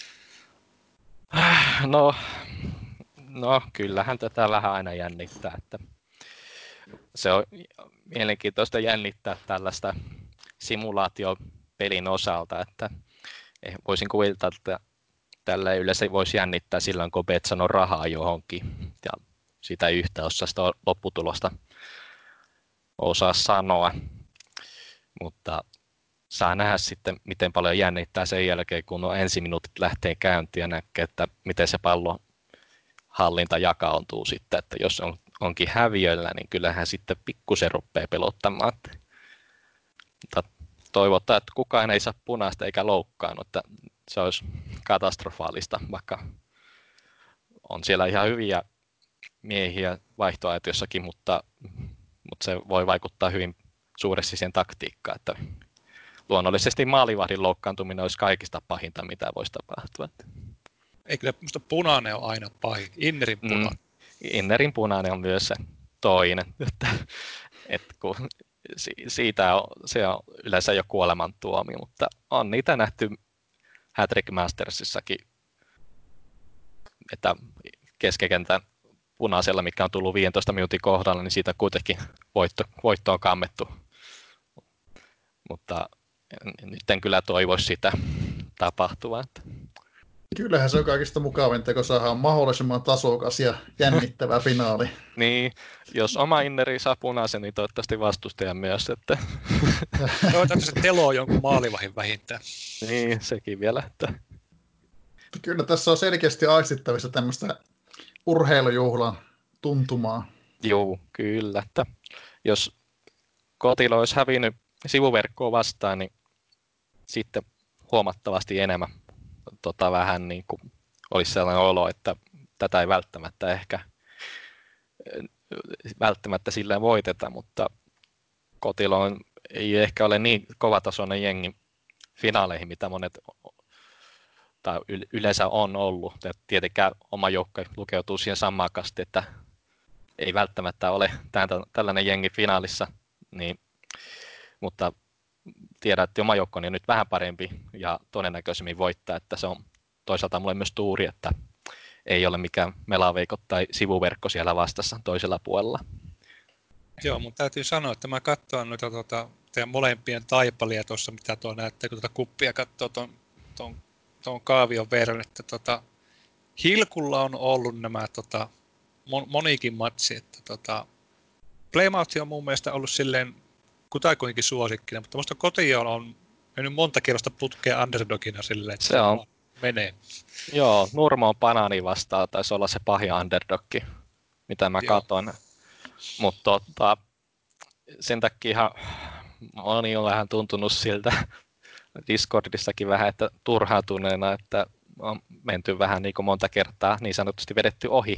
No, kyllähän tätä vähän aina jännittää. Että se on mielenkiintoista jännittää tällaista simulaatiopelin osalta, että voisin kuvitella, että tällä yleensä voisi jännittää silloin, kun bet sanoo rahaa johonkin ja sitä ei yhtään osaa sitä lopputulosta osaa sanoa, mutta saa nähdä sitten, miten paljon jännittää sen jälkeen, kun nuo ensiminuutit lähtee käyntiin ja näkee, että miten se pallon hallinta jakaantuu sitten, että jos onkin häviöllä, niin kyllähän sitten pikkusen rupeaa pelottamaan. Mutta toivotaan, että kukaan ei saa punaista eikä loukkaannut, että se olisi katastrofaalista, vaikka on siellä ihan hyviä miehiä vaihtoaitiossakin, mutta se voi vaikuttaa hyvin suuresti siihen taktiikkaan, että luonnollisesti maalivahdin loukkaantuminen olisi kaikista pahinta, mitä voisi tapahtua. Ei kyllä, minusta punainen on aina pahin. Innerin punainen. Innerin punainen on myös se toinen, että kun se on yleensä jo kuolemantuomio, mutta on niitä nähty Hat-Trick Mastersissakin, että keskikentän punaisella, mikä on tullut 15 minuutin kohdalla, niin siitä kuitenkin voitto on kammettu. Mutta nyt en kyllä toivoisi sitä tapahtuvan. Kyllähän se on kaikista mukavinta, kun saadaan mahdollisimman tasokas ja jännittävä finaali. Niin, jos oma inneri saa punaisen, niin toivottavasti vastustaja myös. Että Toivottavasti se teloo jonkun maalivahin vähintään. Niin, sekin vielä. Että Kyllä tässä on selkeästi aistittavissa tämmöistä urheilujuhlan tuntumaa. Joo, kyllä. Että jos Kotilo olisi hävinnyt sivuverkkoa vastaan, niin sitten huomattavasti enemmän vähän niin kuin olisi sellainen olo, että tätä ei välttämättä silleen voiteta, mutta Kotilo ei ehkä ole niin kovatasoinen jengi finaaleihin, mitä monet tai yleensä on ollut. Tietenkään oma joukko lukeutuu siihen samaan kasti, että ei välttämättä ole tällainen jengi finaalissa, niin, mutta tiedän, että oma joukko on nyt vähän parempi ja todennäköisemmin voittaa, että se on toisaalta mulle myös tuuri, että ei ole mikään melaveikot tai sivuverkko siellä vastassa toisella puolella. Joo, mun täytyy sanoa, että mä katsoin noita teidän molempien taipalia tuossa, mitä tuo näette, kun kuppia katsoo tuon kaavion verran, että Hilkulla on ollut nämä monikin matsi, että Plymouth on mun mielestä ollut silleen kutakuinkin suosikkina, mutta musta Kotion on mennyt monta kierrosta putkea underdogina silleen, että se on. Menee. Joo, Nurmoon Banani vastaan taisi olla se pahin underdogki, mitä mä katon. Mutta sen takia ihan moni on vähän tuntunut siltä Discordissakin vähän, että turhautuneena, että on menty vähän niin kuin monta kertaa niin sanotusti vedetty ohi.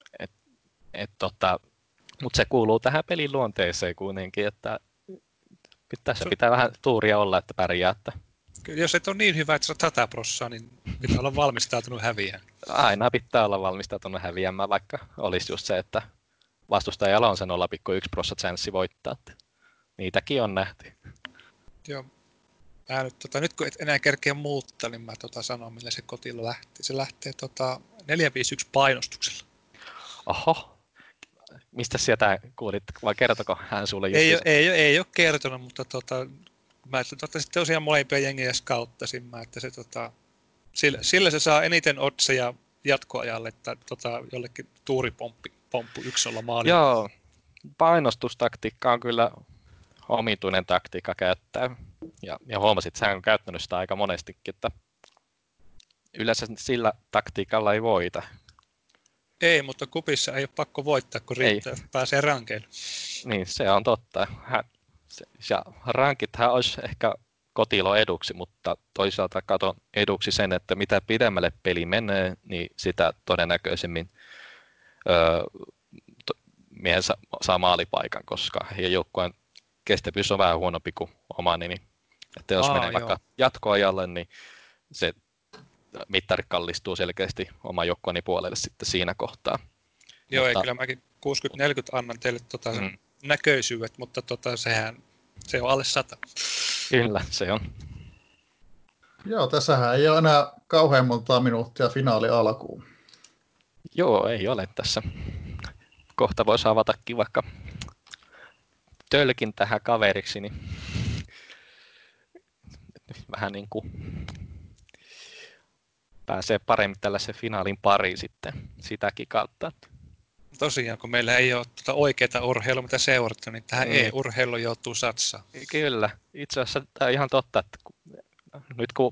Mutta se kuuluu tähän pelin luonteeseen kuitenkin, että pitää vähän tuuria olla, että pärjää. Jos et ole niin hyvä, että sä oot 100%, niin pitää olla valmistautunut häviämään. Aina pitää olla valmistautunut häviämään, vaikka olisi just se, että vastustajalla on se 0,1% chanssi voittaa. Niitäkin on nähty. Joo. Nyt kun et enää kerkeä muuttaa, niin mä sanon, millä se Kotilo lähtee. Se lähtee 4-5-1 painostuksella. Oho. Mistä sieltä kuulit, vai kertoko hän sulle just? Ei ole kertonut, mutta mä sitten tosiaan molempia jengiä skauttasin mä, että se sillä se saa eniten odseja jatkoajalle, että jollekin tuuripomppu yksolla maali. Joo, painostustaktiikka on kyllä omituinen taktiikka käyttää. Ja huomasit, että hän on käyttänyt sitä aika monestikin, että yleensä sillä taktiikalla ei voita. Ei, mutta kupissa ei ole pakko voittaa, kun riittää, pääsee rankeille. Niin, se on totta. Ja rankithan olisi ehkä Kotilo eduksi, mutta toisaalta katon eduksi sen, että mitä pidemmälle peli menee, niin sitä todennäköisemmin miehen saa maalipaikan, koska heidän joukkueen kestävyys on vähän huonompi kuin omani. Niin, että jos menee vaikka jatkoajalle, niin se mittari kallistuu selkeästi oman joukkueeni puolelle sitten siinä kohtaa. Joo, mutta kyllä mäkin 60-40 annan teille näköisyydet, mutta se on alle 100. Kyllä, se on. Joo, tässähän ei ole enää kauhean montaa minuuttia finaali alkuun. Joo, ei ole tässä. Kohta voisi avatakin vaikka tölkin tähän kaveriksi, niin vähän niin kuin pääsee paremmin tällaisen finaalin pariin sitten sitäkin kautta. Tosiaan, kun meillä ei ole oikeaa urheilua, mitä seurata, niin tähän e-urheilu joutuu satsaa. Kyllä. Itse asiassa tämä on ihan totta, että nyt kun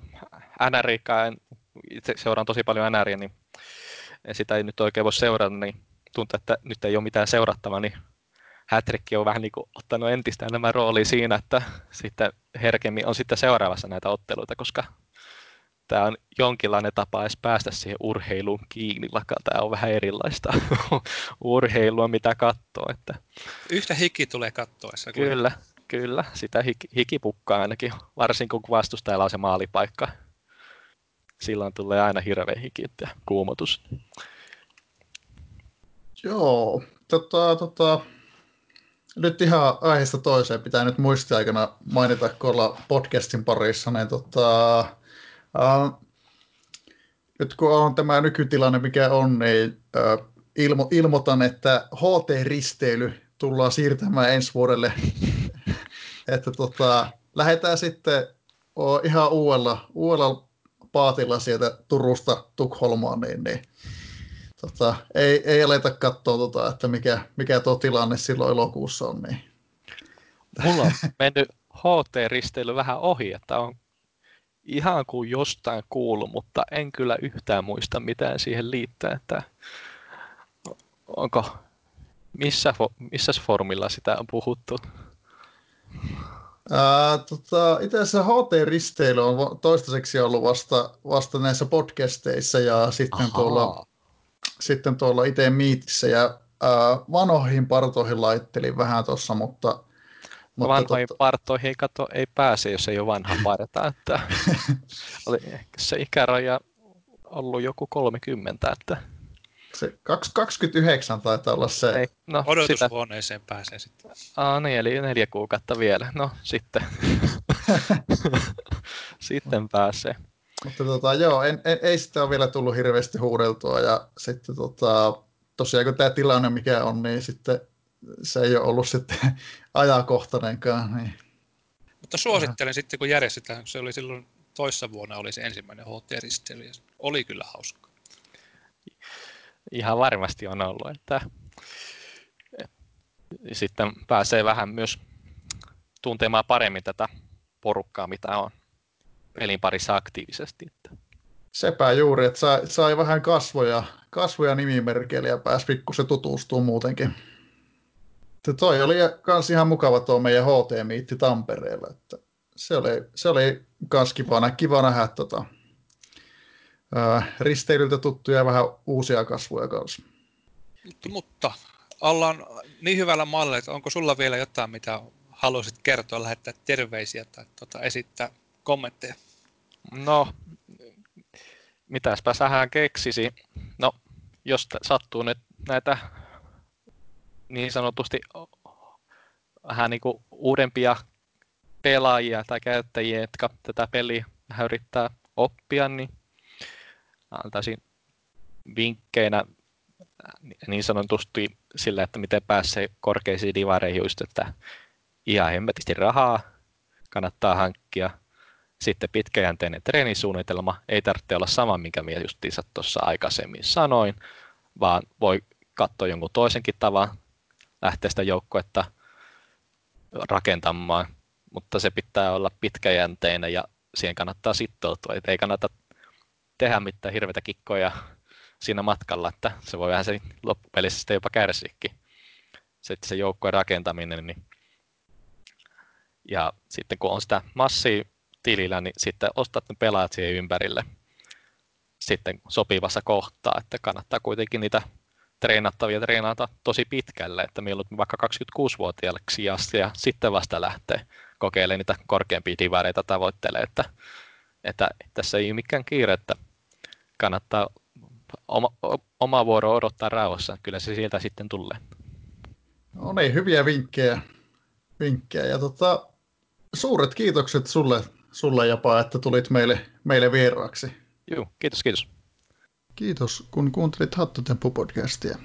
itse seuraan tosi paljon NRiä, niin sitä ei nyt oikein voi seurata, niin tuntuu, että nyt ei ole mitään seurattavaa, niin Hätrikki on vähän niin kuin ottanut entistä enemmän roolia siinä, että sitten herkemmin on sitten seuraavassa näitä otteluita, koska tämä on jonkinlainen tapa edes päästä siihen urheiluun kiinni, vaikka tämä on vähän erilaista urheilua, mitä katsoo. Että yhtä hiki tulee kattoessa. Kyllä, sitä hiki pukkaa ainakin, varsinkin kun vastustajalla on se maalipaikka. Silloin tulee aina hirveä hiki ja kuumotus. Joo, nyt ihan aiheesta toiseen pitää nyt muistiaikana mainita, kun ollaan podcastin parissa, niin nyt kun on tämä nykytilanne, mikä on, niin ilmoitan, että HT-risteily tullaan siirtämään ensi vuodelle. Että lähdetään sitten ihan uudella paatilla sieltä Turusta Tukholmaan, niin ei aleta katsoa, että mikä tuo tilanne silloin elokuussa on. Niin. Mulla on mennyt HT-risteily vähän ohi, että on ihan kuin jostain kuullut, mutta en kyllä yhtään muista mitään siihen liittää, että onko, missä foorumilla sitä on puhuttu? Itse asiassa HT-risteily on toistaiseksi ollut vasta näissä podcasteissa ja sitten tuolla itse Meetissä ja vanhoihin partoihin laittelin vähän tuossa, mutta Vanhoihin partoihin ei pääse, jos ei ole vanha parta. Että oli ehkä se ikäraja ollut joku 30, että se 29 taitaa olla se. ei, no, odotushuoneeseen pääsee sitten. Niin, eli 4 kuukautta vielä. No, sitten. Sitten pääsee. Mutta joo, ei sitä ole vielä tullut hirveästi huudeltua ja sitten tosiaan kun tämä tilanne mikä on, niin sitten se ei ole ollut sitten ajankohtainenkaan. Niin. Mutta suosittelen sitten, kun järjestetään, se oli silloin toissa vuonna oli se ensimmäinen HT-risteily ja oli kyllä hauska. Ihan varmasti on ollut, että sitten pääsee vähän myös tuntemaan paremmin tätä porukkaa, mitä on pelin parissa aktiivisesti. Sepä juuri, että sai vähän kasvoja nimimerkeillä ja pääsi pikkusen tutustumaan muutenkin. Toi oli kans ihan mukava tuo meidän HT-miitti Tampereella. Että se oli kans kiva nähdä risteilyltä tuttuja ja vähän uusia kasvoja kanssa. Mutta ollaan niin hyvällä mallilla, että onko sulla vielä jotain, mitä haluaisit kertoa, lähettää terveisiä tai esittää kommentteja? No, mitäspä sähän keksisi. No, jos sattuu nyt näitä niin sanotusti vähän niin kuin uudempia pelaajia tai käyttäjiä, jotka tätä peliä vähän yrittää oppia, niin antaisin vinkkeinä niin sanotusti sillä, että miten pääsee korkeisiin divareihin, just, että ihan hemmetisti rahaa kannattaa hankkia. Sitten pitkäjänteinen treenisuunnitelma, ei tarvitse olla sama, minkä minä justiinsa tuossa aikaisemmin sanoin, vaan voi katsoa jonkun toisenkin tavan, lähteä sitä joukkuetta rakentamaan, mutta se pitää olla pitkäjänteinen ja siihen kannattaa sitoutua, että ei kannata tehdä mitään hirveitä kikkoja siinä matkalla, että se voi vähän se loppupelissä sitten jopa kärsiäkin. Se joukkueen rakentaminen. Niin. Ja sitten kun on sitä massia tilillä, niin sitten ostat ne pelaajat siihen ympärille sitten sopivassa kohtaa, että kannattaa kuitenkin niitä treenattavia treenata tosi pitkälle, että mieluummin vaikka 26-vuotiaaksi asti ja sitten vasta lähtee kokeilemaan niitä korkeampia divareita tavoittelee, että tässä ei ole mikään kiire, että kannattaa oma vuoro odottaa rauhassa, kyllä se sieltä sitten tulee. No niin, hyviä vinkkejä. Ja suuret kiitokset sulle Japa, että tulit meille vieraaksi. Joo, kiitos. Kiitos, kun kuuntelit Hattutemppu-podcastia.